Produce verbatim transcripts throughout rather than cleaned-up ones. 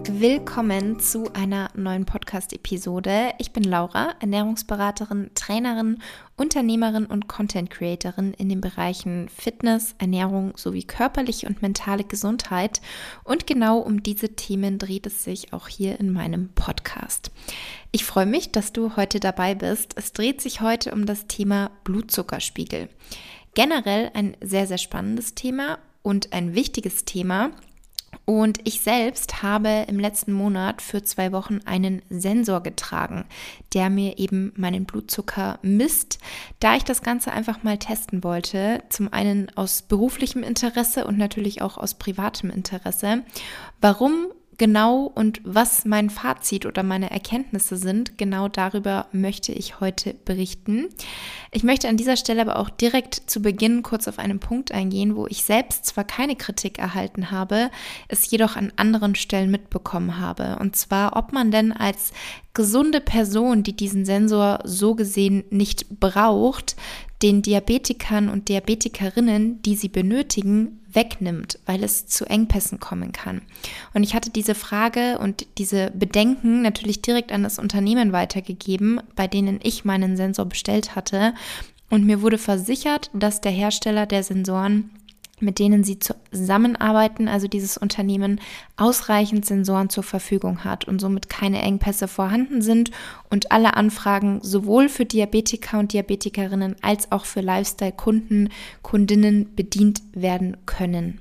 Willkommen zu einer neuen Podcast-Episode. Ich bin Laura, Ernährungsberaterin, Trainerin, Unternehmerin und Content-Creatorin in den Bereichen Fitness, Ernährung sowie körperliche und mentale Gesundheit. Und genau um diese Themen dreht es sich auch hier in meinem Podcast. Ich freue mich, dass du heute dabei bist. Es dreht sich heute um das Thema Blutzuckerspiegel. Generell ein sehr, sehr spannendes Thema und ein wichtiges Thema. Und ich selbst habe im letzten Monat für zwei Wochen einen Sensor getragen, der mir eben meinen Blutzucker misst, da ich das Ganze einfach mal testen wollte. Zum einen aus beruflichem Interesse und natürlich auch aus privatem Interesse. Warum genau und was mein Fazit oder meine Erkenntnisse sind, genau darüber möchte ich heute berichten. Ich möchte an dieser Stelle aber auch direkt zu Beginn kurz auf einen Punkt eingehen, wo ich selbst zwar keine Kritik erhalten habe, es jedoch an anderen Stellen mitbekommen habe. Und zwar, ob man denn als gesunde Person, die diesen Sensor so gesehen nicht braucht, den Diabetikern und Diabetikerinnen, die sie benötigen, wegnimmt, weil es zu Engpässen kommen kann. Und ich hatte diese Frage und diese Bedenken natürlich direkt an das Unternehmen weitergegeben, bei denen ich meinen Sensor bestellt hatte. Und mir wurde versichert, dass der Hersteller der Sensoren, mit denen sie zusammenarbeiten, also dieses Unternehmen, ausreichend Sensoren zur Verfügung hat und somit keine Engpässe vorhanden sind und alle Anfragen sowohl für Diabetiker und Diabetikerinnen als auch für Lifestyle-Kunden, Kundinnen bedient werden können.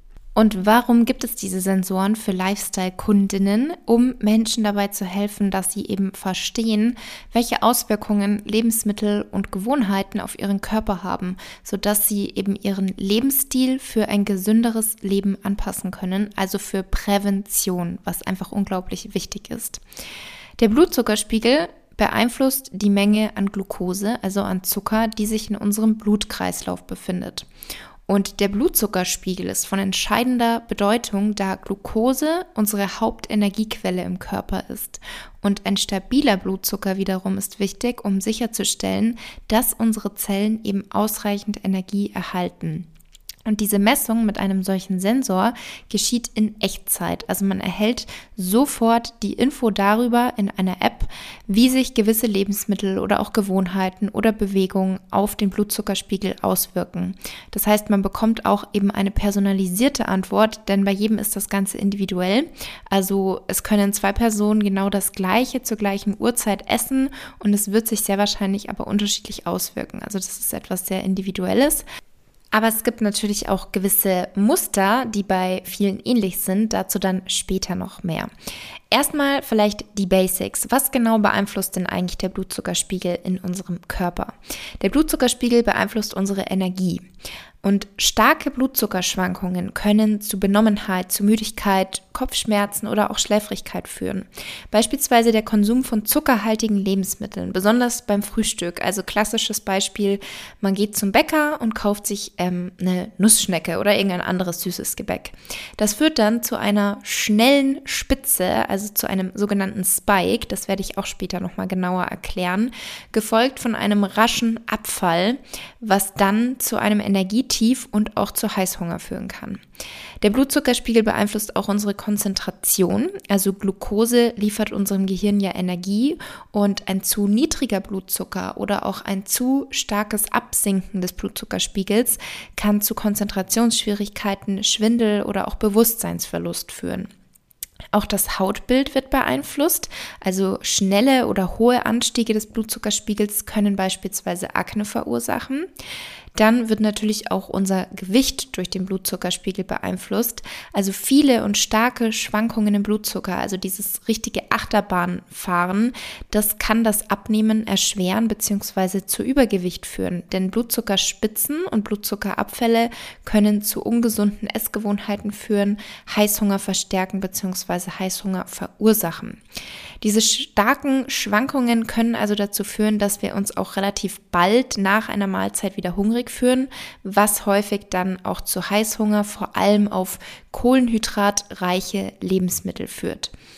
Und warum gibt es diese Sensoren für Lifestyle-Kundinnen? Um Menschen dabei zu helfen, dass sie eben verstehen, welche Auswirkungen Lebensmittel und Gewohnheiten auf ihren Körper haben, sodass sie eben ihren Lebensstil für ein gesünderes Leben anpassen können, also für Prävention, was einfach unglaublich wichtig ist. Der Blutzuckerspiegel beeinflusst die Menge an Glucose, also an Zucker, die sich in unserem Blutkreislauf befindet. Und der Blutzuckerspiegel ist von entscheidender Bedeutung, da Glucose unsere Hauptenergiequelle im Körper ist. Und ein stabiler Blutzucker wiederum ist wichtig, um sicherzustellen, dass unsere Zellen eben ausreichend Energie erhalten. Und diese Messung mit einem solchen Sensor geschieht in Echtzeit. Also man erhält sofort die Info darüber in einer App, wie sich gewisse Lebensmittel oder auch Gewohnheiten oder Bewegungen auf den Blutzuckerspiegel auswirken. Das heißt, man bekommt auch eben eine personalisierte Antwort, denn bei jedem ist das Ganze individuell. Also es können zwei Personen genau das Gleiche zur gleichen Uhrzeit essen und es wird sich sehr wahrscheinlich aber unterschiedlich auswirken. Also das ist etwas sehr Individuelles. Aber es gibt natürlich auch gewisse Muster, die bei vielen ähnlich sind, dazu dann später noch mehr. Erstmal vielleicht die Basics. Was genau beeinflusst denn eigentlich der Blutzuckerspiegel in unserem Körper? Der Blutzuckerspiegel beeinflusst unsere Energie. Und starke Blutzuckerschwankungen können zu Benommenheit, zu Müdigkeit, Kopfschmerzen oder auch Schläfrigkeit führen. Beispielsweise der Konsum von zuckerhaltigen Lebensmitteln, besonders beim Frühstück. Also klassisches Beispiel, man geht zum Bäcker und kauft sich ähm, eine Nussschnecke oder irgendein anderes süßes Gebäck. Das führt dann zu einer schnellen Spitze, also zu einem sogenannten Spike, das werde ich auch später nochmal genauer erklären, gefolgt von einem raschen Abfall, was dann zu einem Energietief und auch zu Heißhunger führen kann. Der Blutzuckerspiegel beeinflusst auch unsere Konzentration, also Glucose liefert unserem Gehirn ja Energie und ein zu niedriger Blutzucker oder auch ein zu starkes Absinken des Blutzuckerspiegels kann zu Konzentrationsschwierigkeiten, Schwindel oder auch Bewusstseinsverlust führen. Auch das Hautbild wird beeinflusst, also schnelle oder hohe Anstiege des Blutzuckerspiegels können beispielsweise Akne verursachen. Dann wird natürlich auch unser Gewicht durch den Blutzuckerspiegel beeinflusst. Also viele und starke Schwankungen im Blutzucker, also dieses richtige Achterbahnfahren, das kann das Abnehmen erschweren bzw. zu Übergewicht führen. Denn Blutzuckerspitzen und Blutzuckerabfälle können zu ungesunden Essgewohnheiten führen, Heißhunger verstärken bzw. Heißhunger verursachen. Diese starken Schwankungen können also dazu führen, dass wir uns auch relativ bald nach einer Mahlzeit wieder hungrig führen, was häufig dann auch zu Heißhunger, vor allem auf kohlenhydratreiche Lebensmittel führt.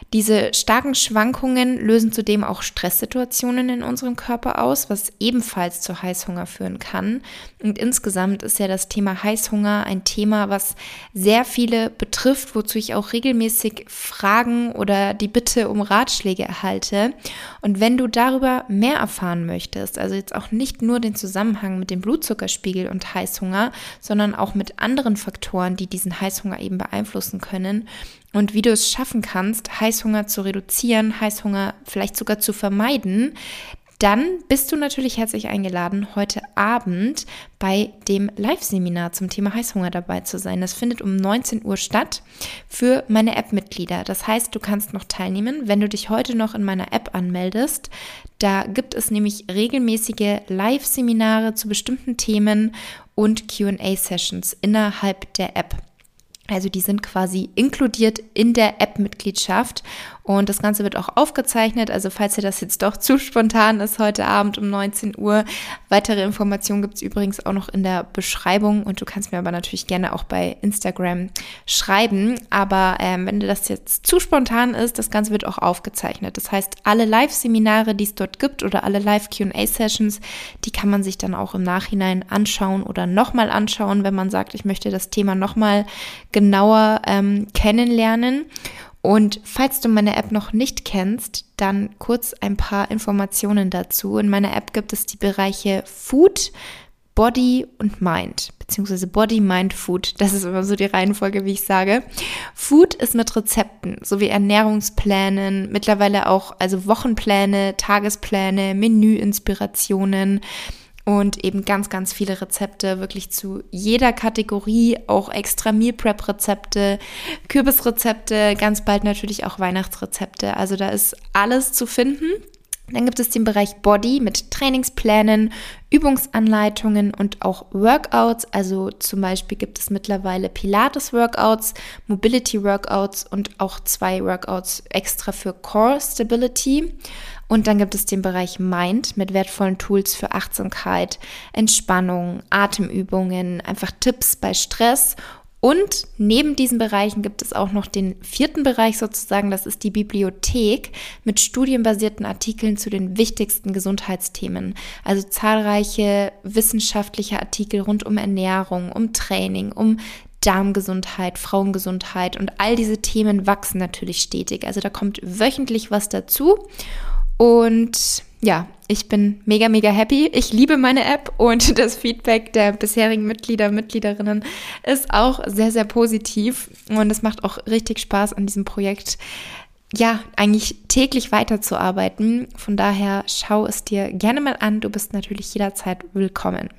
Diese starken Schwankungen lösen zudem auch Stresssituationen in unserem Körper aus, was ebenfalls zu Heißhunger führen kann. Und insgesamt ist ja das Thema Heißhunger ein Thema, was sehr viele betrifft, wozu ich auch regelmäßig Fragen oder die Bitte um Ratschläge erhalte. Und wenn du darüber mehr erfahren möchtest, also jetzt auch nicht nur den Zusammenhang mit dem Blutzuckerspiegel und Heißhunger, sondern auch mit anderen Faktoren, die diesen Heißhunger eben beeinflussen können, und wie du es schaffen kannst, Heißhunger zu reduzieren, Heißhunger vielleicht sogar zu vermeiden, dann bist du natürlich herzlich eingeladen, heute Abend bei dem Live-Seminar zum Thema Heißhunger dabei zu sein. Das findet um neunzehn Uhr statt für meine App-Mitglieder. Das heißt, du kannst noch teilnehmen, wenn du dich heute noch in meiner App anmeldest. Da gibt es nämlich regelmäßige Live-Seminare zu bestimmten Themen und Q und A-Sessions innerhalb der App. Also die sind quasi inkludiert in der App-Mitgliedschaft und das Ganze wird auch aufgezeichnet. Also falls dir das jetzt doch zu spontan ist, heute Abend um neunzehn Uhr. Weitere Informationen gibt es übrigens auch noch in der Beschreibung und du kannst mir aber natürlich gerne auch bei Instagram schreiben. Aber ähm, wenn dir das jetzt zu spontan ist, das Ganze wird auch aufgezeichnet. Das heißt, alle Live-Seminare, die es dort gibt oder alle Live-Q und A-Sessions, die kann man sich dann auch im Nachhinein anschauen oder nochmal anschauen, wenn man sagt, ich möchte das Thema nochmal genauer ähm, kennenlernen. Und falls du meine App noch nicht kennst, dann kurz ein paar Informationen dazu. In meiner App gibt es die Bereiche Food, Body und Mind, beziehungsweise Body, Mind, Food. Das ist immer so die Reihenfolge, wie ich sage. Food ist mit Rezepten sowie Ernährungsplänen, mittlerweile auch also Wochenpläne, Tagespläne, Menüinspirationen und eben ganz, ganz viele Rezepte, wirklich zu jeder Kategorie, auch extra Meal Prep Rezepte, Kürbisrezepte, ganz bald natürlich auch Weihnachtsrezepte. Also da ist alles zu finden. Dann gibt es den Bereich Body mit Trainingsplänen, Übungsanleitungen und auch Workouts. Also zum Beispiel gibt es mittlerweile Pilates-Workouts, Mobility-Workouts und auch zwei Workouts extra für Core Stability. Und dann gibt es den Bereich Mind mit wertvollen Tools für Achtsamkeit, Entspannung, Atemübungen, einfach Tipps bei Stress. Und neben diesen Bereichen gibt es auch noch den vierten Bereich sozusagen, das ist die Bibliothek mit studienbasierten Artikeln zu den wichtigsten Gesundheitsthemen. Also zahlreiche wissenschaftliche Artikel rund um Ernährung, um Training, um Darmgesundheit, Frauengesundheit und all diese Themen wachsen natürlich stetig. Also da kommt wöchentlich was dazu. Und ja, ich bin mega, mega happy. Ich liebe meine App und das Feedback der bisherigen Mitglieder, Mitgliederinnen ist auch sehr, sehr positiv. Und es macht auch richtig Spaß an diesem Projekt, ja, eigentlich täglich weiterzuarbeiten. Von daher schau es dir gerne mal an. Du bist natürlich jederzeit willkommen.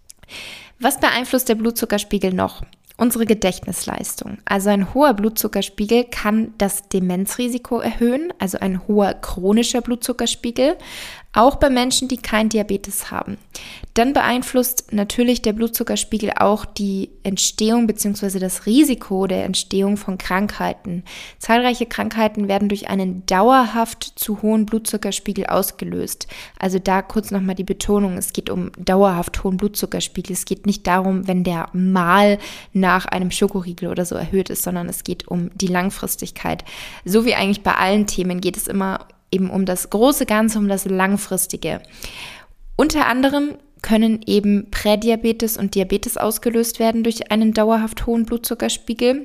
Was beeinflusst der Blutzuckerspiegel noch? Unsere Gedächtnisleistung. Also ein hoher Blutzuckerspiegel kann das Demenzrisiko erhöhen, also ein hoher chronischer Blutzuckerspiegel, auch bei Menschen, die kein Diabetes haben. Dann beeinflusst natürlich der Blutzuckerspiegel auch die Entstehung bzw. das Risiko der Entstehung von Krankheiten. Zahlreiche Krankheiten werden durch einen dauerhaft zu hohen Blutzuckerspiegel ausgelöst. Also da kurz nochmal die Betonung, es geht um dauerhaft hohen Blutzuckerspiegel. Es geht nicht darum, wenn der mal nach einem Schokoriegel oder so erhöht ist, sondern es geht um die Langfristigkeit. So wie eigentlich bei allen Themen geht es immer eben um das große Ganze, um das Langfristige. Unter anderem können eben Prädiabetes und Diabetes ausgelöst werden durch einen dauerhaft hohen Blutzuckerspiegel.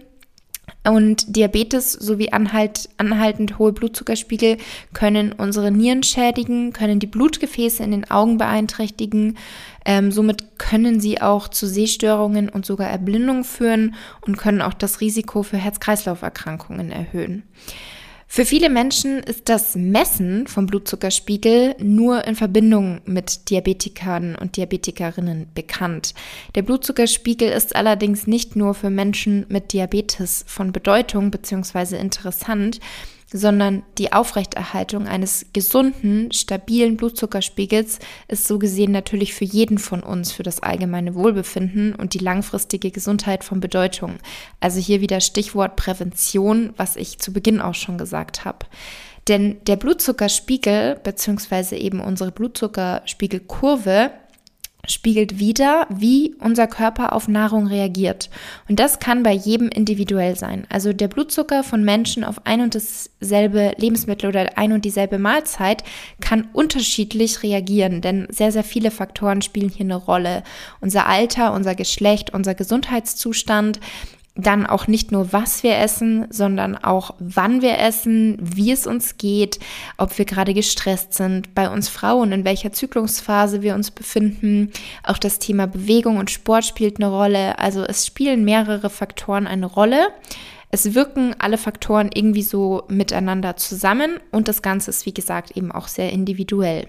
Und Diabetes sowie anhalt, anhaltend hohe Blutzuckerspiegel können unsere Nieren schädigen, können die Blutgefäße in den Augen beeinträchtigen. Ähm, somit können sie auch zu Sehstörungen und sogar Erblindung führen und können auch das Risiko für Herz-Kreislauf-Erkrankungen erhöhen. Für viele Menschen ist das Messen vom Blutzuckerspiegel nur in Verbindung mit Diabetikern und Diabetikerinnen bekannt. Der Blutzuckerspiegel ist allerdings nicht nur für Menschen mit Diabetes von Bedeutung bzw. interessant, sondern die Aufrechterhaltung eines gesunden, stabilen Blutzuckerspiegels ist so gesehen natürlich für jeden von uns für das allgemeine Wohlbefinden und die langfristige Gesundheit von Bedeutung. Also hier wieder Stichwort Prävention, was ich zu Beginn auch schon gesagt habe. Denn der Blutzuckerspiegel bzw. eben unsere Blutzuckerspiegelkurve spiegelt wider, wie unser Körper auf Nahrung reagiert. Und das kann bei jedem individuell sein. Also der Blutzucker von Menschen auf ein und dasselbe Lebensmittel oder ein und dieselbe Mahlzeit kann unterschiedlich reagieren, denn sehr, sehr viele Faktoren spielen hier eine Rolle. Unser Alter, unser Geschlecht, unser Gesundheitszustand, dann auch nicht nur, was wir essen, sondern auch, wann wir essen, wie es uns geht, ob wir gerade gestresst sind, bei uns Frauen, in welcher Zyklusphase wir uns befinden. Auch das Thema Bewegung und Sport spielt eine Rolle. Also es spielen mehrere Faktoren eine Rolle. Es wirken alle Faktoren irgendwie so miteinander zusammen und das Ganze ist, wie gesagt, eben auch sehr individuell.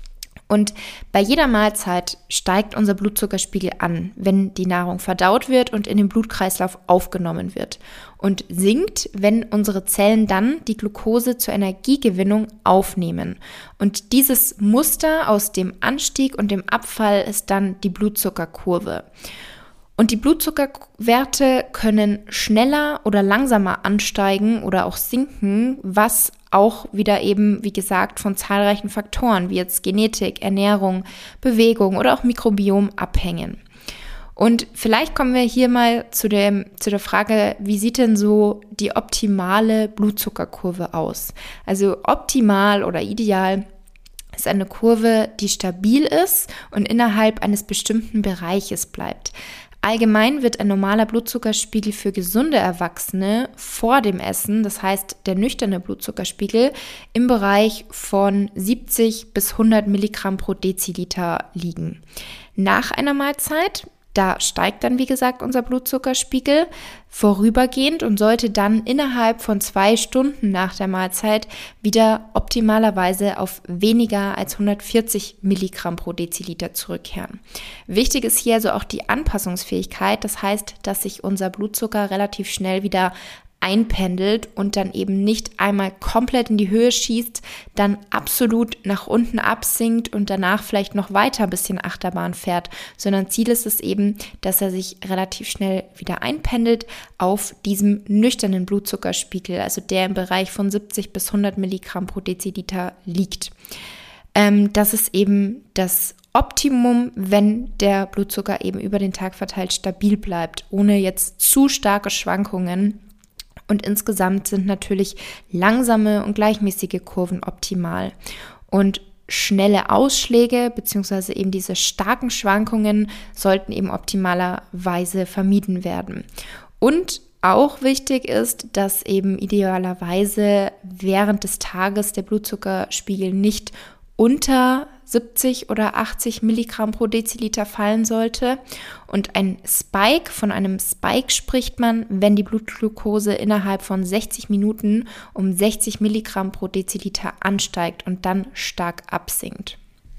Und bei jeder Mahlzeit steigt unser Blutzuckerspiegel an, wenn die Nahrung verdaut wird und in den Blutkreislauf aufgenommen wird. Und sinkt, wenn unsere Zellen dann die Glucose zur Energiegewinnung aufnehmen. Und dieses Muster aus dem Anstieg und dem Abfall ist dann die Blutzuckerkurve. Und die Blutzuckerwerte können schneller oder langsamer ansteigen oder auch sinken, was auch wieder eben, wie gesagt, von zahlreichen Faktoren wie jetzt Genetik, Ernährung, Bewegung oder auch Mikrobiom abhängen. Und vielleicht kommen wir hier mal zu, dem, zu der Frage, wie sieht denn so die optimale Blutzuckerkurve aus? Also optimal oder ideal ist eine Kurve, die stabil ist und innerhalb eines bestimmten Bereiches bleibt. Allgemein wird ein normaler Blutzuckerspiegel für gesunde Erwachsene vor dem Essen, das heißt der nüchterne Blutzuckerspiegel, im Bereich von siebzig bis hundert Milligramm pro Deziliter liegen. Nach einer Mahlzeit, da steigt dann wie gesagt unser Blutzuckerspiegel vorübergehend und sollte dann innerhalb von zwei Stunden nach der Mahlzeit wieder optimalerweise auf weniger als hundertvierzig Milligramm pro Deziliter zurückkehren. Wichtig ist hier also auch die Anpassungsfähigkeit, das heißt, dass sich unser Blutzucker relativ schnell wieder einpendelt und dann eben nicht einmal komplett in die Höhe schießt, dann absolut nach unten absinkt und danach vielleicht noch weiter ein bisschen Achterbahn fährt, sondern Ziel ist es eben, dass er sich relativ schnell wieder einpendelt auf diesem nüchternen Blutzuckerspiegel, also der im Bereich von siebzig bis hundert Milligramm pro Deziliter liegt. Ähm, das ist eben das Optimum, wenn der Blutzucker eben über den Tag verteilt stabil bleibt, ohne jetzt zu starke Schwankungen. Und insgesamt sind natürlich langsame und gleichmäßige Kurven optimal. Und schnelle Ausschläge bzw. eben diese starken Schwankungen sollten eben optimalerweise vermieden werden. Und auch wichtig ist, dass eben idealerweise während des Tages der Blutzuckerspiegel nicht unter siebzig oder achtzig Milligramm pro Deziliter fallen sollte. Und ein Spike, von einem Spike spricht man, wenn die Blutglucose innerhalb von sechzig Minuten um sechzig Milligramm pro Deziliter ansteigt und dann stark absinkt.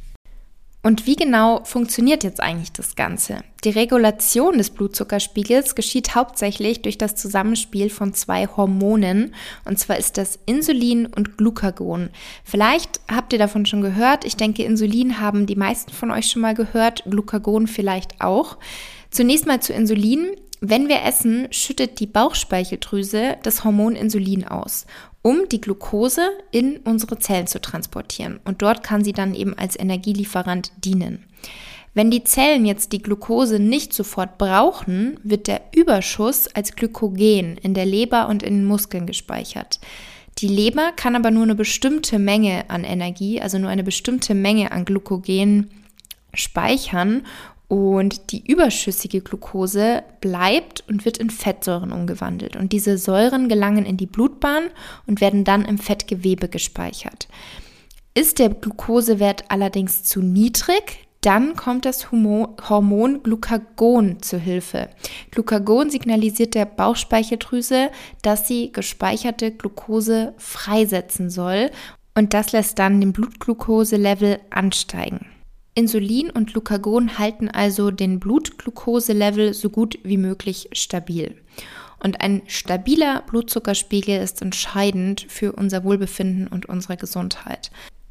Und wie genau funktioniert jetzt eigentlich das Ganze? Die Regulation des Blutzuckerspiegels geschieht hauptsächlich durch das Zusammenspiel von zwei Hormonen, und zwar ist das Insulin und Glucagon. Vielleicht habt ihr davon schon gehört, ich denke, Insulin haben die meisten von euch schon mal gehört, Glucagon vielleicht auch. Zunächst mal zu Insulin. Wenn wir essen, schüttet die Bauchspeicheldrüse das Hormon Insulin aus, um die Glucose in unsere Zellen zu transportieren. Und dort kann sie dann eben als Energielieferant dienen. Wenn die Zellen jetzt die Glucose nicht sofort brauchen, wird der Überschuss als Glykogen in der Leber und in den Muskeln gespeichert. Die Leber kann aber nur eine bestimmte Menge an Energie, also nur eine bestimmte Menge an Glykogen speichern. Und die überschüssige Glucose bleibt und wird in Fettsäuren umgewandelt. Und diese Säuren gelangen in die Blutbahn und werden dann im Fettgewebe gespeichert. Ist der Glukosewert allerdings zu niedrig, dann kommt das Hormon Glucagon zu Hilfe. Glucagon signalisiert der Bauchspeicheldrüse, dass sie gespeicherte Glucose freisetzen soll. Und das lässt dann den Blutglukoselevel ansteigen. Insulin und Glucagon halten also den Blutglukoselevel so gut wie möglich stabil. Und ein stabiler Blutzuckerspiegel ist entscheidend für unser Wohlbefinden und unsere Gesundheit.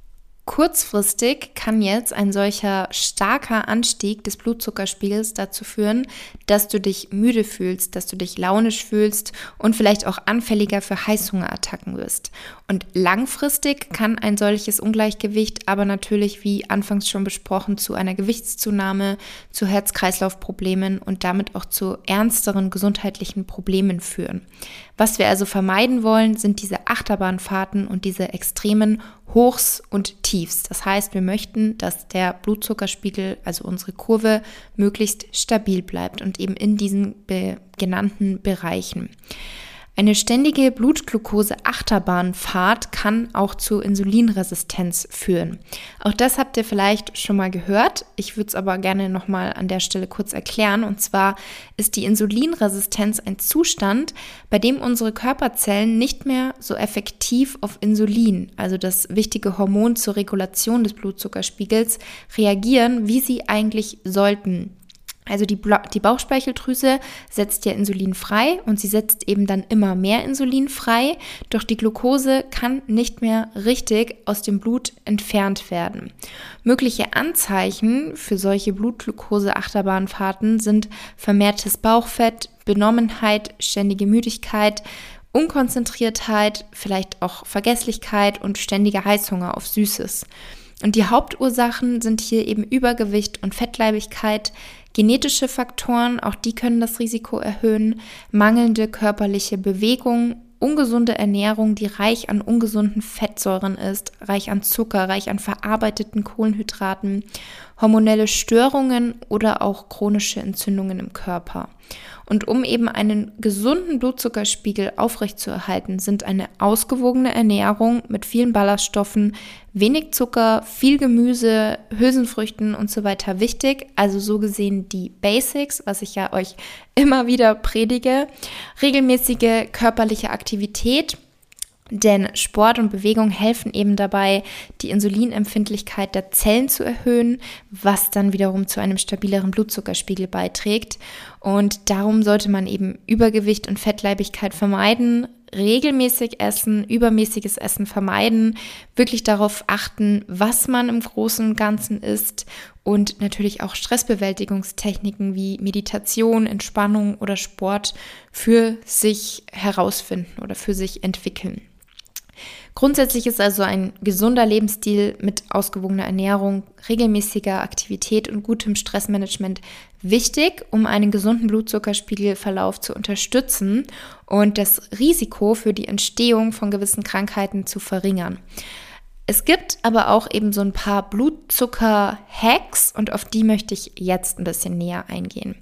Kurzfristig kann jetzt ein solcher starker Anstieg des Blutzuckerspiegels dazu führen, dass du dich müde fühlst, dass du dich launisch fühlst und vielleicht auch anfälliger für Heißhungerattacken wirst. Und langfristig kann ein solches Ungleichgewicht aber natürlich, wie anfangs schon besprochen, zu einer Gewichtszunahme, zu Herz-Kreislauf-Problemen und damit auch zu ernsteren gesundheitlichen Problemen führen. Was wir also vermeiden wollen, sind diese Achterbahnfahrten und diese extremen Hochs und Tiefs. Das heißt, wir möchten, dass der Blutzuckerspiegel, also unsere Kurve, möglichst stabil bleibt und eben in diesen be- genannten Bereichen. Eine ständige Blutglucose-Achterbahnfahrt kann auch zu Insulinresistenz führen. Auch das habt ihr vielleicht schon mal gehört. Ich würde es aber gerne nochmal an der Stelle kurz erklären. Und zwar ist die Insulinresistenz ein Zustand, bei dem unsere Körperzellen nicht mehr so effektiv auf Insulin, also das wichtige Hormon zur Regulation des Blutzuckerspiegels, reagieren, wie sie eigentlich sollten. Also die, die Bauchspeicheldrüse setzt ja Insulin frei und sie setzt eben dann immer mehr Insulin frei, doch die Glucose kann nicht mehr richtig aus dem Blut entfernt werden. Mögliche Anzeichen für solche Blutglucose-Achterbahnfahrten sind vermehrtes Bauchfett, Benommenheit, ständige Müdigkeit, Unkonzentriertheit, vielleicht auch Vergesslichkeit und ständiger Heißhunger auf Süßes. Und die Hauptursachen sind hier eben Übergewicht und Fettleibigkeit, genetische Faktoren, auch die können das Risiko erhöhen, mangelnde körperliche Bewegung, ungesunde Ernährung, die reich an ungesunden Fettsäuren ist, reich an Zucker, reich an verarbeiteten Kohlenhydraten, hormonelle Störungen oder auch chronische Entzündungen im Körper. Und um eben einen gesunden Blutzuckerspiegel aufrechtzuerhalten, sind eine ausgewogene Ernährung mit vielen Ballaststoffen, wenig Zucker, viel Gemüse, Hülsenfrüchten und so weiter wichtig. Also so gesehen die Basics, was ich ja euch immer wieder predige. Regelmäßige körperliche Aktivität. Denn Sport und Bewegung helfen eben dabei, die Insulinempfindlichkeit der Zellen zu erhöhen, was dann wiederum zu einem stabileren Blutzuckerspiegel beiträgt. Und darum sollte man eben Übergewicht und Fettleibigkeit vermeiden, regelmäßig essen, übermäßiges Essen vermeiden, wirklich darauf achten, was man im Großen und Ganzen isst und natürlich auch Stressbewältigungstechniken wie Meditation, Entspannung oder Sport für sich herausfinden oder für sich entwickeln. Grundsätzlich ist also ein gesunder Lebensstil mit ausgewogener Ernährung, regelmäßiger Aktivität und gutem Stressmanagement wichtig, um einen gesunden Blutzuckerspiegelverlauf zu unterstützen und das Risiko für die Entstehung von gewissen Krankheiten zu verringern. Es gibt aber auch eben so ein paar Blutzucker-Hacks und auf die möchte ich jetzt ein bisschen näher eingehen.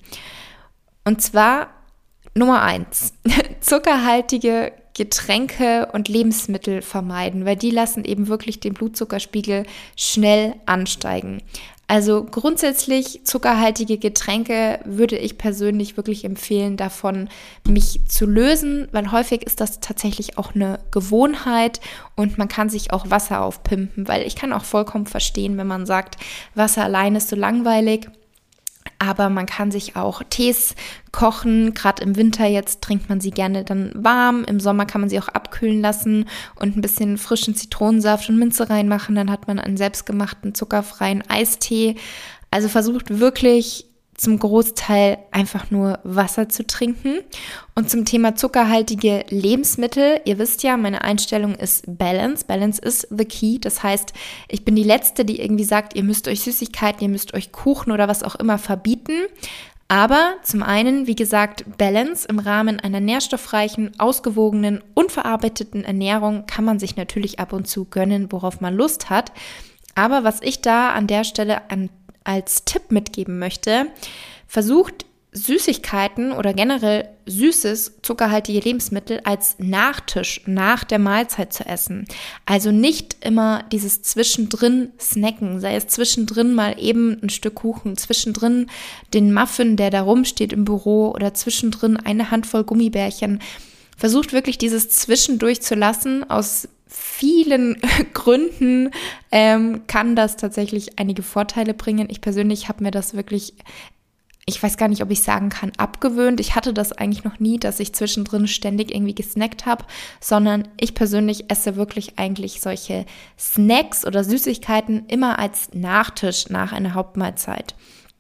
Und zwar Nummer eins, zuckerhaltige Getränke und Lebensmittel vermeiden, weil die lassen eben wirklich den Blutzuckerspiegel schnell ansteigen. Also grundsätzlich zuckerhaltige Getränke würde ich persönlich wirklich empfehlen, davon mich zu lösen, weil häufig ist das tatsächlich auch eine Gewohnheit und man kann sich auch Wasser aufpimpen, weil ich kann auch vollkommen verstehen, wenn man sagt, Wasser allein ist so langweilig. Aber man kann sich auch Tees kochen, gerade im Winter jetzt trinkt man sie gerne dann warm, im Sommer kann man sie auch abkühlen lassen und ein bisschen frischen Zitronensaft und Minze reinmachen, dann hat man einen selbstgemachten zuckerfreien Eistee. Also versucht wirklich zum Großteil einfach nur Wasser zu trinken. Und zum Thema zuckerhaltige Lebensmittel, ihr wisst ja, meine Einstellung ist Balance. Balance is the key. Das heißt, ich bin die Letzte, die irgendwie sagt, ihr müsst euch Süßigkeiten, ihr müsst euch Kuchen oder was auch immer verbieten. Aber zum einen, wie gesagt, Balance im Rahmen einer nährstoffreichen, ausgewogenen, unverarbeiteten Ernährung kann man sich natürlich ab und zu gönnen, worauf man Lust hat. Aber was ich da an der Stelle an als Tipp mitgeben möchte, versucht Süßigkeiten oder generell süßes, zuckerhaltige Lebensmittel als Nachtisch nach der Mahlzeit zu essen. Also nicht immer dieses zwischendrin snacken, sei es zwischendrin mal eben ein Stück Kuchen, zwischendrin den Muffin, der da rumsteht im Büro oder zwischendrin eine Handvoll Gummibärchen. Versucht wirklich dieses Zwischendurch zu lassen. Aus vielen Gründen ähm, kann das tatsächlich einige Vorteile bringen. Ich persönlich habe mir das wirklich ich weiß gar nicht, ob ich sagen kann, abgewöhnt. Ich hatte das eigentlich noch nie, dass ich zwischendrin ständig irgendwie gesnackt habe, sondern ich persönlich esse wirklich eigentlich solche Snacks oder Süßigkeiten immer als Nachtisch nach einer Hauptmahlzeit.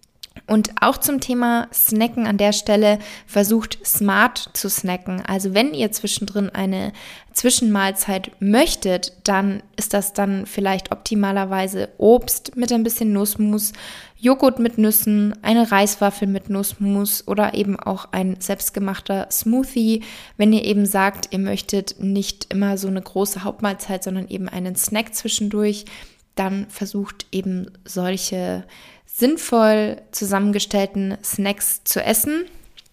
Und auch zum Thema Snacken an der Stelle, versucht smart zu snacken. Also wenn ihr zwischendrin eine Zwischenmahlzeit möchtet, dann ist das dann vielleicht optimalerweise Obst mit ein bisschen Nussmus, Joghurt mit Nüssen, eine Reiswaffel mit Nussmus oder eben auch ein selbstgemachter Smoothie. Wenn ihr eben sagt, ihr möchtet nicht immer so eine große Hauptmahlzeit, sondern eben einen Snack zwischendurch, dann versucht eben solche sinnvoll zusammengestellten Snacks zu essen.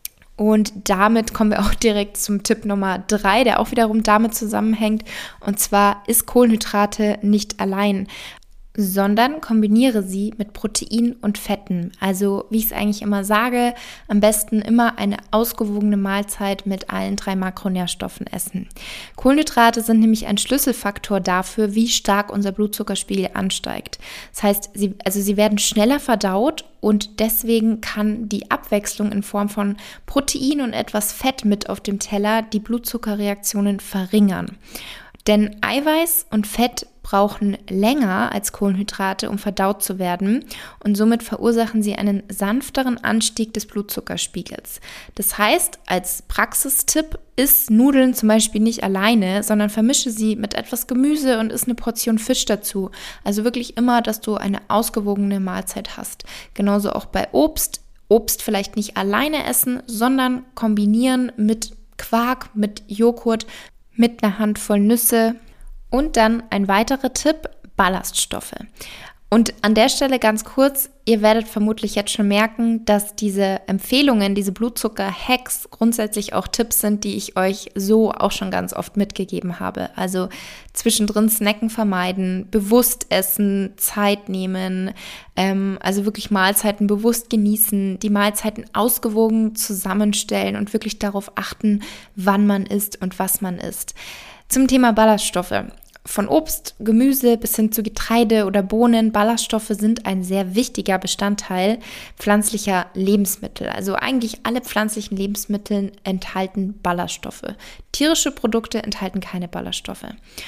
Und damit kommen wir auch direkt zum Tipp Nummer drei, der auch wiederum damit zusammenhängt. Und zwar isst Kohlenhydrate nicht allein, sondern kombiniere sie mit Protein und Fetten. Also wie ich es eigentlich immer sage, am besten immer eine ausgewogene Mahlzeit mit allen drei Makronährstoffen essen. Kohlenhydrate sind nämlich ein Schlüsselfaktor dafür, wie stark unser Blutzuckerspiegel ansteigt. Das heißt, sie, also sie werden schneller verdaut und deswegen kann die Abwechslung in Form von Protein und etwas Fett mit auf dem Teller die Blutzuckerreaktionen verringern. Denn Eiweiß und Fett brauchen länger als Kohlenhydrate, um verdaut zu werden und somit verursachen sie einen sanfteren Anstieg des Blutzuckerspiegels. Das heißt, als Praxistipp, iss Nudeln zum Beispiel nicht alleine, sondern vermische sie mit etwas Gemüse und iss eine Portion Fisch dazu. Also wirklich immer, dass du eine ausgewogene Mahlzeit hast. Genauso auch bei Obst. Obst vielleicht nicht alleine essen, sondern kombinieren mit Quark, mit Joghurt, mit einer Handvoll Nüsse. Und dann ein weiterer Tipp, Ballaststoffe. Und an der Stelle ganz kurz, ihr werdet vermutlich jetzt schon merken, dass diese Empfehlungen, diese Blutzucker-Hacks grundsätzlich auch Tipps sind, die ich euch so auch schon ganz oft mitgegeben habe. Also zwischendrin Snacken vermeiden, bewusst essen, Zeit nehmen, ähm, also wirklich Mahlzeiten bewusst genießen, die Mahlzeiten ausgewogen zusammenstellen und wirklich darauf achten, wann man isst und was man isst. Zum Thema Ballaststoffe. Von Obst, Gemüse bis hin zu Getreide oder Bohnen, Ballaststoffe sind ein sehr wichtiger Bestandteil pflanzlicher Lebensmittel. Also eigentlich alle pflanzlichen Lebensmittel enthalten Ballaststoffe. Tierische Produkte enthalten keine Ballaststoffe.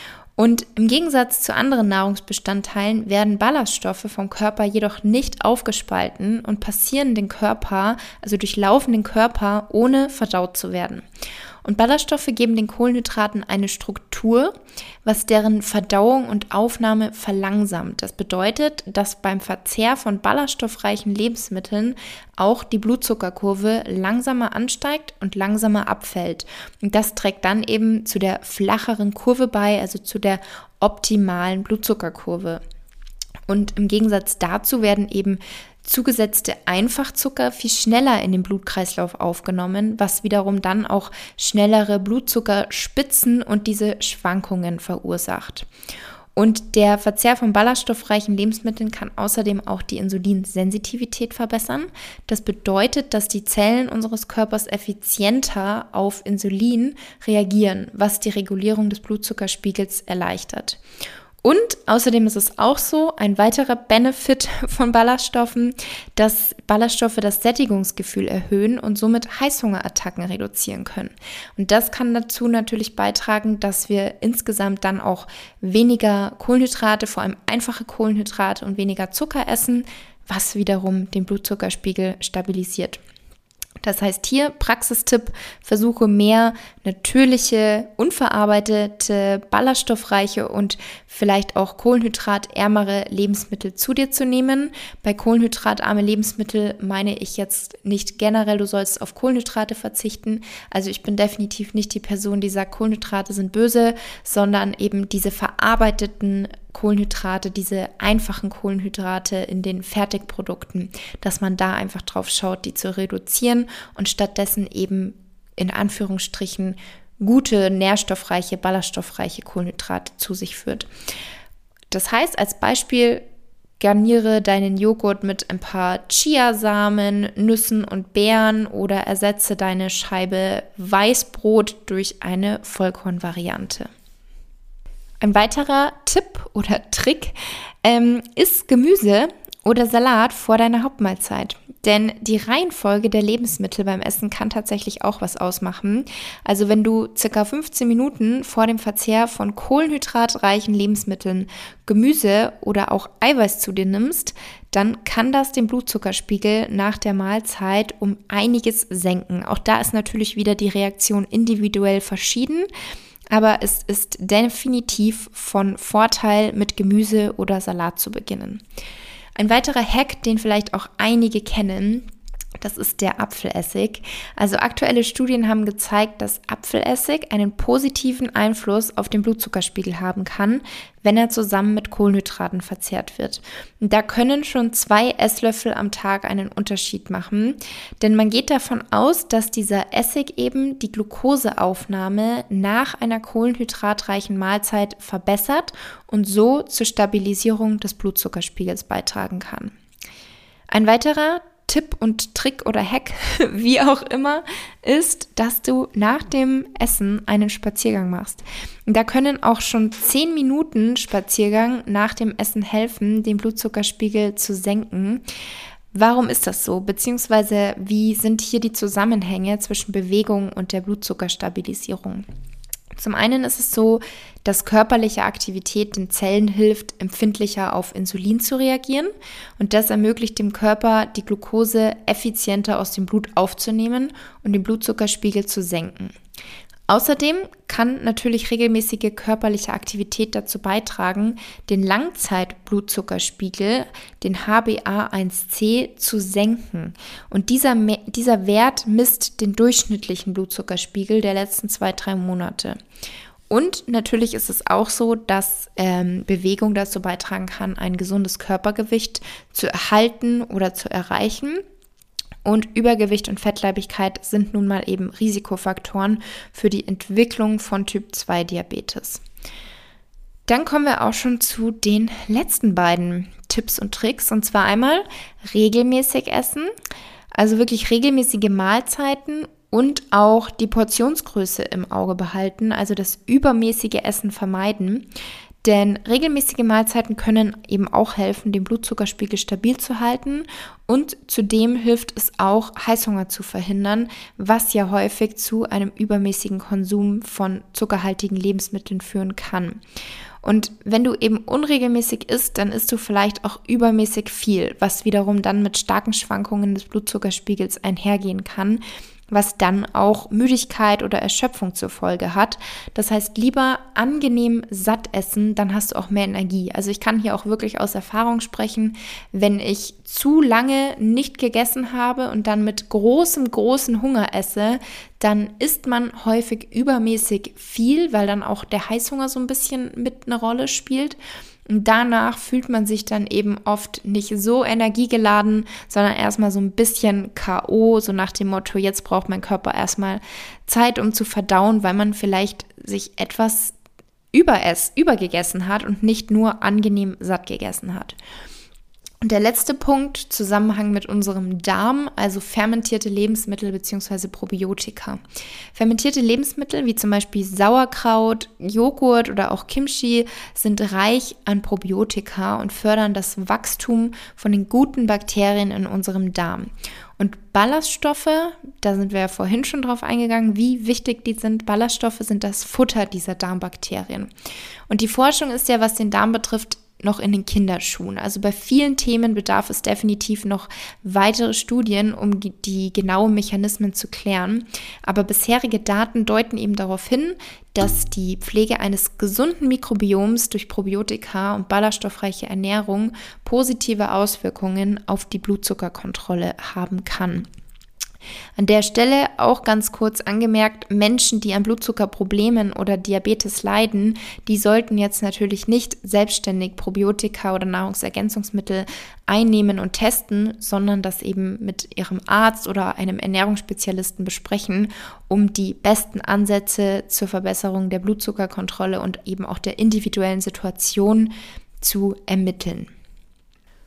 Und im Gegensatz zu anderen Nahrungsbestandteilen werden Ballaststoffe vom Körper jedoch nicht aufgespalten und passieren den Körper, also durchlaufen den Körper, ohne verdaut zu werden. Und Ballaststoffe geben den Kohlenhydraten eine Struktur, was deren Verdauung und Aufnahme verlangsamt. Das bedeutet, dass beim Verzehr von ballaststoffreichen Lebensmitteln auch die Blutzuckerkurve langsamer ansteigt und langsamer abfällt. Und das trägt dann eben zu der flacheren Kurve bei, also zu der optimalen Blutzuckerkurve. Und im Gegensatz dazu werden eben zugesetzte Einfachzucker viel schneller in den Blutkreislauf aufgenommen, was wiederum dann auch schnellere Blutzuckerspitzen und diese Schwankungen verursacht. Und der Verzehr von ballaststoffreichen Lebensmitteln kann außerdem auch die Insulinsensitivität verbessern. Das bedeutet, dass die Zellen unseres Körpers effizienter auf Insulin reagieren, was die Regulierung des Blutzuckerspiegels erleichtert. Und außerdem ist es auch so, ein weiterer Benefit von Ballaststoffen, dass Ballaststoffe das Sättigungsgefühl erhöhen und somit Heißhungerattacken reduzieren können. Und das kann dazu natürlich beitragen, dass wir insgesamt dann auch weniger Kohlenhydrate, vor allem einfache Kohlenhydrate und weniger Zucker essen, was wiederum den Blutzuckerspiegel stabilisiert. Das heißt hier, Praxistipp, versuche mehr natürliche, unverarbeitete, ballaststoffreiche und vielleicht auch kohlenhydratärmere Lebensmittel zu dir zu nehmen. Bei kohlenhydratarme Lebensmittel meine ich jetzt nicht generell, du sollst auf Kohlenhydrate verzichten. Also ich bin definitiv nicht die Person, die sagt, Kohlenhydrate sind böse, sondern eben diese verarbeiteten Kohlenhydrate, diese einfachen Kohlenhydrate in den Fertigprodukten, dass man da einfach drauf schaut, die zu reduzieren und stattdessen eben in Anführungsstrichen gute, nährstoffreiche, ballaststoffreiche Kohlenhydrate zu sich führt. Das heißt, als Beispiel, garniere deinen Joghurt mit ein paar Chiasamen, Nüssen und Beeren oder ersetze deine Scheibe Weißbrot durch eine Vollkornvariante. Ein weiterer Tipp oder Trick ähm, ist Gemüse Oder Salat vor deiner Hauptmahlzeit. Denn die Reihenfolge der Lebensmittel beim Essen kann tatsächlich auch was ausmachen. Also wenn du circa fünfzehn Minuten vor dem Verzehr von kohlenhydratreichen Lebensmitteln Gemüse oder auch Eiweiß zu dir nimmst, dann kann das den Blutzuckerspiegel nach der Mahlzeit um einiges senken. Auch da ist natürlich wieder die Reaktion individuell verschieden. Aber es ist definitiv von Vorteil, mit Gemüse oder Salat zu beginnen. Ein weiterer Hack, den vielleicht auch einige kennen, das ist der Apfelessig. Also aktuelle Studien haben gezeigt, dass Apfelessig einen positiven Einfluss auf den Blutzuckerspiegel haben kann, wenn er zusammen mit Kohlenhydraten verzehrt wird. Und da können schon zwei Esslöffel am Tag einen Unterschied machen, denn man geht davon aus, dass dieser Essig eben die Glukoseaufnahme nach einer kohlenhydratreichen Mahlzeit verbessert und so zur Stabilisierung des Blutzuckerspiegels beitragen kann. Ein weiterer Tipp und Trick oder Hack, wie auch immer, ist, dass du nach dem Essen einen Spaziergang machst. Da können auch schon zehn Minuten Spaziergang nach dem Essen helfen, den Blutzuckerspiegel zu senken. Warum ist das so? Beziehungsweise wie sind hier die Zusammenhänge zwischen Bewegung und der Blutzuckerstabilisierung? Zum einen ist es so, dass körperliche Aktivität den Zellen hilft, empfindlicher auf Insulin zu reagieren und das ermöglicht dem Körper, die Glucose effizienter aus dem Blut aufzunehmen und den Blutzuckerspiegel zu senken. Außerdem kann natürlich regelmäßige körperliche Aktivität dazu beitragen, den Langzeitblutzuckerspiegel, den H b A eins C, zu senken. Und dieser, dieser Wert misst den durchschnittlichen Blutzuckerspiegel der letzten zwei, drei Monate. Und natürlich ist es auch so, dass ähm, Bewegung dazu beitragen kann, ein gesundes Körpergewicht zu erhalten oder zu erreichen. Und Übergewicht und Fettleibigkeit sind nun mal eben Risikofaktoren für die Entwicklung von Typ zwei Diabetes. Dann kommen wir auch schon zu den letzten beiden Tipps und Tricks. Und zwar einmal regelmäßig essen, also wirklich regelmäßige Mahlzeiten und auch die Portionsgröße im Auge behalten, also das übermäßige Essen vermeiden. Denn regelmäßige Mahlzeiten können eben auch helfen, den Blutzuckerspiegel stabil zu halten und zudem hilft es auch, Heißhunger zu verhindern, was ja häufig zu einem übermäßigen Konsum von zuckerhaltigen Lebensmitteln führen kann. Und wenn du eben unregelmäßig isst, dann isst du vielleicht auch übermäßig viel, was wiederum dann mit starken Schwankungen des Blutzuckerspiegels einhergehen kann, was dann auch Müdigkeit oder Erschöpfung zur Folge hat. Das heißt, lieber angenehm satt essen, dann hast du auch mehr Energie. Also ich kann hier auch wirklich aus Erfahrung sprechen, wenn ich zu lange nicht gegessen habe und dann mit großem, großen Hunger esse, dann isst man häufig übermäßig viel, weil dann auch der Heißhunger so ein bisschen mit eine Rolle spielt. Und danach fühlt man sich dann eben oft nicht so energiegeladen, sondern erstmal so ein bisschen K O, so nach dem Motto, jetzt braucht mein Körper erstmal Zeit, um zu verdauen, weil man vielleicht sich etwas überess, übergegessen hat und nicht nur angenehm satt gegessen hat. Und der letzte Punkt, Zusammenhang mit unserem Darm, also fermentierte Lebensmittel bzw. Probiotika. Fermentierte Lebensmittel wie zum Beispiel Sauerkraut, Joghurt oder auch Kimchi sind reich an Probiotika und fördern das Wachstum von den guten Bakterien in unserem Darm. Und Ballaststoffe, da sind wir ja vorhin schon drauf eingegangen, wie wichtig die sind. Ballaststoffe sind das Futter dieser Darmbakterien. Und die Forschung ist ja, was den Darm betrifft, noch in den Kinderschuhen. Also bei vielen Themen bedarf es definitiv noch weitere Studien, um die genauen Mechanismen zu klären. Aber bisherige Daten deuten eben darauf hin, dass die Pflege eines gesunden Mikrobioms durch Probiotika und ballaststoffreiche Ernährung positive Auswirkungen auf die Blutzuckerkontrolle haben kann. An der Stelle auch ganz kurz angemerkt, Menschen, die an Blutzuckerproblemen oder Diabetes leiden, die sollten jetzt natürlich nicht selbstständig Probiotika oder Nahrungsergänzungsmittel einnehmen und testen, sondern das eben mit ihrem Arzt oder einem Ernährungsspezialisten besprechen, um die besten Ansätze zur Verbesserung der Blutzuckerkontrolle und eben auch der individuellen Situation zu ermitteln.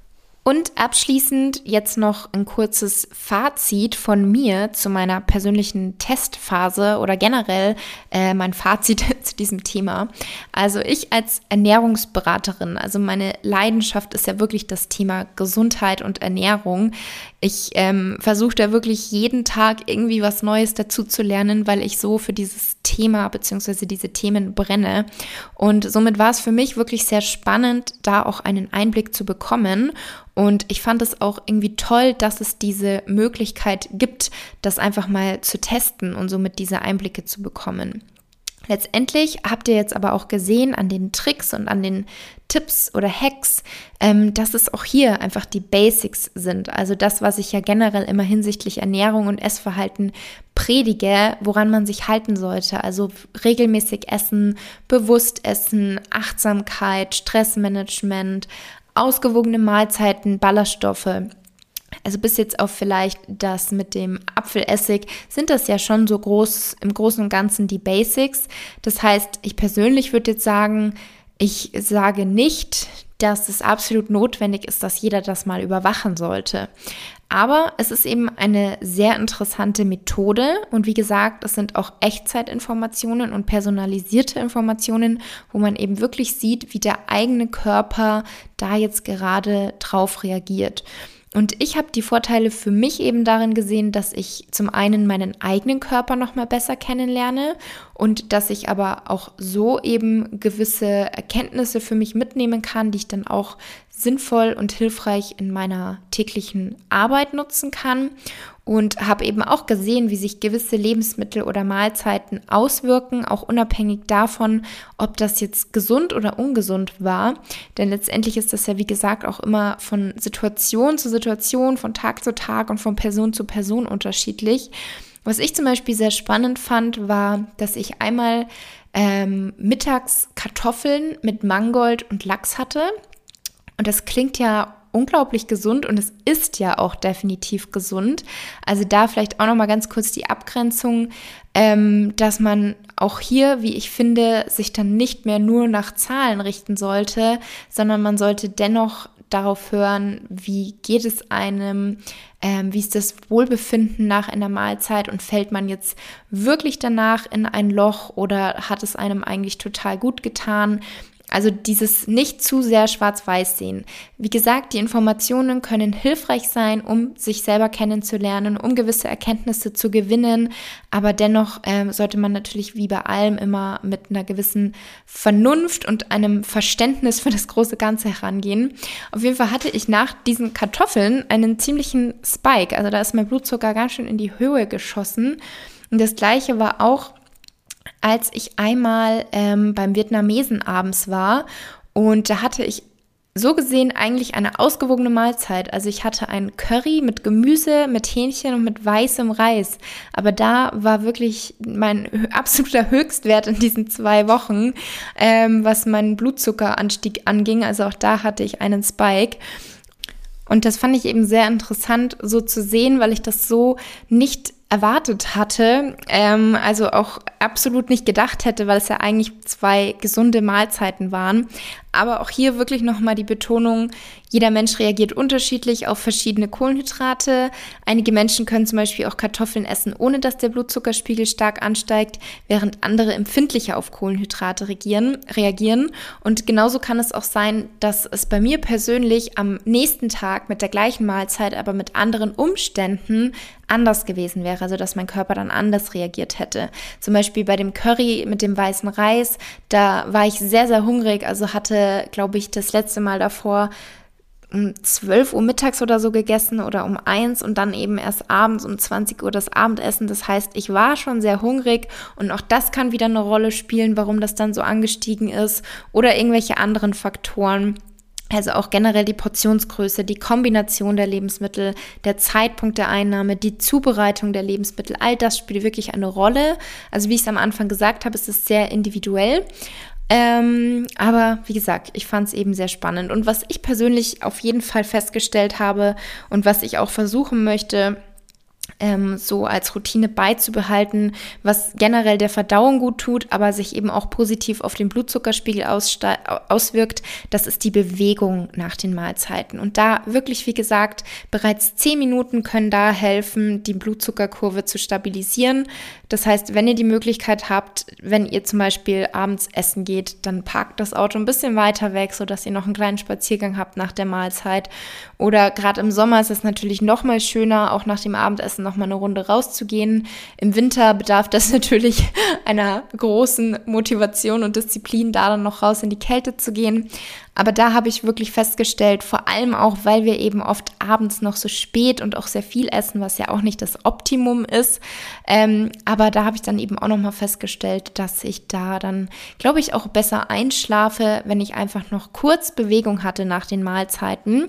Und abschließend jetzt noch ein kurzes Fazit von mir zu meiner persönlichen Testphase oder generell äh, mein Fazit zu diesem Thema. Also ich als Ernährungsberaterin, also meine Leidenschaft ist ja wirklich das Thema Gesundheit und Ernährung. Ich ähm, versuche da wirklich jeden Tag irgendwie was Neues dazu zu lernen, weil ich so für dieses Thema bzw. diese Themen brenne. Und somit war es für mich wirklich sehr spannend, da auch einen Einblick zu bekommen. Und ich fand es auch irgendwie toll, dass es diese Möglichkeit gibt, das einfach mal zu testen und somit diese Einblicke zu bekommen. Letztendlich habt ihr jetzt aber auch gesehen an den Tricks und an den Tipps oder Hacks, ähm, dass es auch hier einfach die Basics sind. Also das, was ich ja generell immer hinsichtlich Ernährung und Essverhalten predige, woran man sich halten sollte. Also regelmäßig essen, bewusst essen, Achtsamkeit, Stressmanagement, ausgewogene Mahlzeiten, Ballaststoffe. Also bis jetzt auf vielleicht das mit dem Apfelessig sind das ja schon so groß, im Großen und Ganzen die Basics. Das heißt, ich persönlich würde jetzt sagen, ich sage nicht, dass es absolut notwendig ist, dass jeder das mal überwachen sollte. Aber es ist eben eine sehr interessante Methode und wie gesagt, es sind auch Echtzeitinformationen und personalisierte Informationen, wo man eben wirklich sieht, wie der eigene Körper da jetzt gerade drauf reagiert. Und ich habe die Vorteile für mich eben darin gesehen, dass ich zum einen meinen eigenen Körper noch mal besser kennenlerne und dass ich aber auch so eben gewisse Erkenntnisse für mich mitnehmen kann, die ich dann auch sinnvoll und hilfreich in meiner täglichen Arbeit nutzen kann. Und habe eben auch gesehen, wie sich gewisse Lebensmittel oder Mahlzeiten auswirken, auch unabhängig davon, ob das jetzt gesund oder ungesund war. Denn letztendlich ist das ja, wie gesagt, auch immer von Situation zu Situation, von Tag zu Tag und von Person zu Person unterschiedlich. Was ich zum Beispiel sehr spannend fand, war, dass ich einmal ähm, mittags Kartoffeln mit Mangold und Lachs hatte. Und das klingt ja unglaublich gesund und es ist ja auch definitiv gesund. Also da vielleicht auch noch mal ganz kurz die Abgrenzung, ähm, dass man auch hier, wie ich finde, sich dann nicht mehr nur nach Zahlen richten sollte, sondern man sollte dennoch darauf hören, wie geht es einem, ähm, wie ist das Wohlbefinden nach einer Mahlzeit und fällt man jetzt wirklich danach in ein Loch oder hat es einem eigentlich total gut getan? Also dieses nicht zu sehr schwarz-weiß sehen. Wie gesagt, die Informationen können hilfreich sein, um sich selber kennenzulernen, um gewisse Erkenntnisse zu gewinnen. Aber dennoch ähm, sollte man natürlich wie bei allem immer mit einer gewissen Vernunft und einem Verständnis für das große Ganze herangehen. Auf jeden Fall hatte ich nach diesen Kartoffeln einen ziemlichen Spike. Also da ist mein Blutzucker ganz schön in die Höhe geschossen. Und das Gleiche war auch, als ich einmal ähm, beim Vietnamesen abends war und da hatte ich so gesehen eigentlich eine ausgewogene Mahlzeit. Also ich hatte ein Curry mit Gemüse, mit Hähnchen und mit weißem Reis. Aber da war wirklich mein absoluter Höchstwert in diesen zwei Wochen, ähm, was meinen Blutzuckeranstieg anging. Also auch da hatte ich einen Spike. Und das fand ich eben sehr interessant so zu sehen, weil ich das so nicht erwartet hatte, ähm, also auch absolut nicht gedacht hätte, weil es ja eigentlich zwei gesunde Mahlzeiten waren. Aber auch hier wirklich nochmal die Betonung, jeder Mensch reagiert unterschiedlich auf verschiedene Kohlenhydrate. Einige Menschen können zum Beispiel auch Kartoffeln essen, ohne dass der Blutzuckerspiegel stark ansteigt, während andere empfindlicher auf Kohlenhydrate reagieren. reagieren. Und genauso kann es auch sein, dass es bei mir persönlich am nächsten Tag mit der gleichen Mahlzeit, aber mit anderen Umständen anders gewesen wäre, also dass mein Körper dann anders reagiert hätte. Zum Beispiel bei dem Curry mit dem weißen Reis, da war ich sehr, sehr hungrig, also hatte, glaube ich, das letzte Mal davor um zwölf Uhr mittags oder so gegessen oder um eins und dann eben erst abends um zwanzig Uhr das Abendessen. Das heißt, ich war schon sehr hungrig und auch das kann wieder eine Rolle spielen, warum das dann so angestiegen ist oder irgendwelche anderen Faktoren. Also auch generell die Portionsgröße, die Kombination der Lebensmittel, der Zeitpunkt der Einnahme, die Zubereitung der Lebensmittel, all das spielt wirklich eine Rolle. Also wie ich es am Anfang gesagt habe, ist es sehr individuell. Ähm, aber wie gesagt, ich fand es eben sehr spannend. Und was ich persönlich auf jeden Fall festgestellt habe und was ich auch versuchen möchte, ähm, so als Routine beizubehalten, was generell der Verdauung gut tut, aber sich eben auch positiv auf den Blutzuckerspiegel ausste- auswirkt. Das ist die Bewegung nach den Mahlzeiten. Und da wirklich, wie gesagt, bereits zehn Minuten können da helfen, die Blutzuckerkurve zu stabilisieren. Das heißt, wenn ihr die Möglichkeit habt, wenn ihr zum Beispiel abends essen geht, dann parkt das Auto ein bisschen weiter weg, sodass ihr noch einen kleinen Spaziergang habt nach der Mahlzeit. Oder gerade im Sommer ist es natürlich noch mal schöner, auch nach dem Abendessen noch mal eine Runde rauszugehen. Im Winter bedarf das natürlich einer großen Motivation und Disziplin, da dann noch raus in die Kälte zu gehen. Aber da habe ich wirklich festgestellt, vor allem auch, weil wir eben oft abends noch so spät und auch sehr viel essen, was ja auch nicht das Optimum ist. Ähm, aber da habe ich dann eben auch nochmal festgestellt, dass ich da dann, glaube ich, auch besser einschlafe, wenn ich einfach noch kurz Bewegung hatte nach den Mahlzeiten.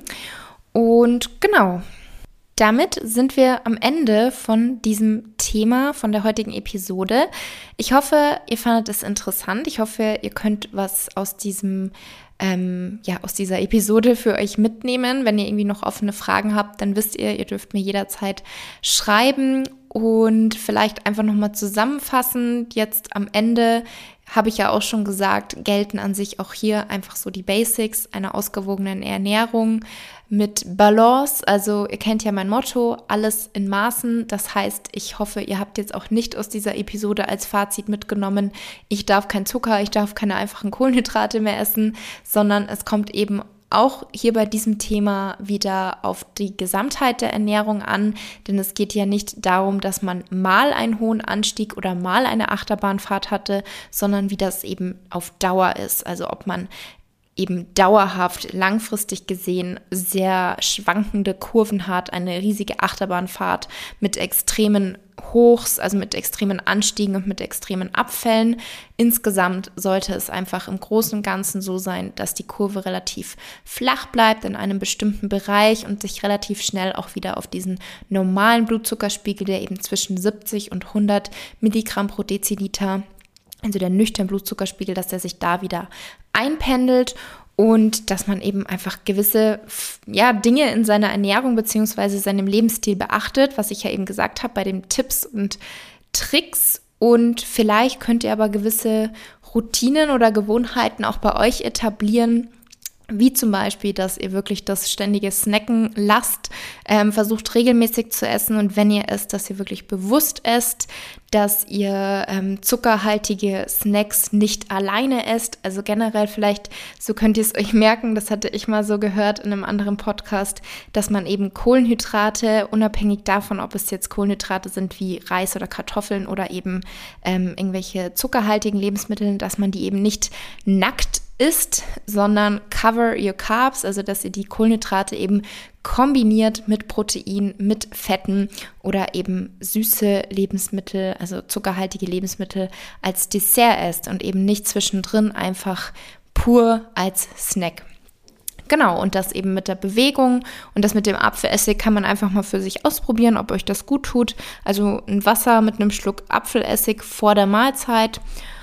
Und genau, damit sind wir am Ende von diesem Thema, von der heutigen Episode. Ich hoffe, ihr fandet es interessant. Ich hoffe, ihr könnt was aus diesem Ähm, ja, aus dieser Episode für euch mitnehmen. Wenn ihr irgendwie noch offene Fragen habt, dann wisst ihr, ihr dürft mir jederzeit schreiben und vielleicht einfach nochmal zusammenfassend. Jetzt am Ende habe ich ja auch schon gesagt, gelten an sich auch hier einfach so die Basics einer ausgewogenen Ernährung mit Balance. Also ihr kennt ja mein Motto, alles in Maßen. Das heißt, ich hoffe, ihr habt jetzt auch nicht aus dieser Episode als Fazit mitgenommen, ich darf kein Zucker, ich darf keine einfachen Kohlenhydrate mehr essen, sondern es kommt eben auch hier bei diesem Thema wieder auf die Gesamtheit der Ernährung an, denn es geht ja nicht darum, dass man mal einen hohen Anstieg oder mal eine Achterbahnfahrt hatte, sondern wie das eben auf Dauer ist. Also ob man eben dauerhaft, langfristig gesehen, sehr schwankende Kurven hat, eine riesige Achterbahnfahrt mit extremen Hochs, also mit extremen Anstiegen und mit extremen Abfällen. Insgesamt sollte es einfach im Großen und Ganzen so sein, dass die Kurve relativ flach bleibt in einem bestimmten Bereich und sich relativ schnell auch wieder auf diesen normalen Blutzuckerspiegel, der eben zwischen siebzig und hundert Milligramm pro Deziliter, also der nüchterne Blutzuckerspiegel, dass der sich da wieder einpendelt und dass man eben einfach gewisse ja, Dinge in seiner Ernährung bzw. seinem Lebensstil beachtet, was ich ja eben gesagt habe bei den Tipps und Tricks. Und vielleicht könnt ihr aber gewisse Routinen oder Gewohnheiten auch bei euch etablieren, wie zum Beispiel, dass ihr wirklich das ständige Snacken lasst, ähm, versucht regelmäßig zu essen und wenn ihr esst, dass ihr wirklich bewusst esst, dass ihr ähm, zuckerhaltige Snacks nicht alleine esst, also generell vielleicht, so könnt ihr es euch merken, das hatte ich mal so gehört in einem anderen Podcast, dass man eben Kohlenhydrate, unabhängig davon, ob es jetzt Kohlenhydrate sind wie Reis oder Kartoffeln oder eben ähm, irgendwelche zuckerhaltigen Lebensmittel, dass man die eben nicht nackt isst, sondern cover your carbs, also dass ihr die Kohlenhydrate eben kombiniert mit Protein, mit Fetten oder eben süße Lebensmittel, also zuckerhaltige Lebensmittel als Dessert esst und eben nicht zwischendrin einfach pur als Snack. Genau, und das eben mit der Bewegung und das mit dem Apfelessig kann man einfach mal für sich ausprobieren, ob euch das gut tut. Also ein Wasser mit einem Schluck Apfelessig vor der Mahlzeit.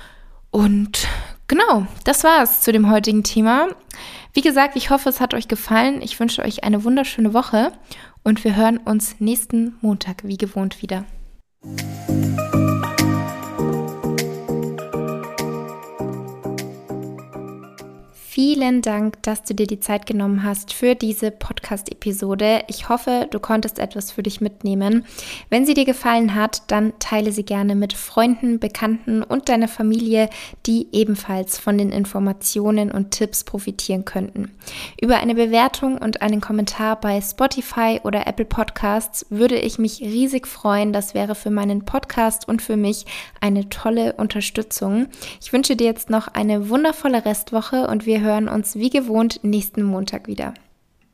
Und genau, das war es zu dem heutigen Thema. Wie gesagt, ich hoffe, es hat euch gefallen. Ich wünsche euch eine wunderschöne Woche und wir hören uns nächsten Montag wie gewohnt wieder. Vielen Dank, dass du dir die Zeit genommen hast für diese Podcast-Episode. Ich hoffe, du konntest etwas für dich mitnehmen. Wenn sie dir gefallen hat, dann teile sie gerne mit Freunden, Bekannten und deiner Familie, die ebenfalls von den Informationen und Tipps profitieren könnten. Über eine Bewertung und einen Kommentar bei Spotify oder Apple Podcasts würde ich mich riesig freuen. Das wäre für meinen Podcast und für mich eine tolle Unterstützung. Ich wünsche dir jetzt noch eine wundervolle Restwoche und wir hören uns wie gewohnt nächsten Montag wieder.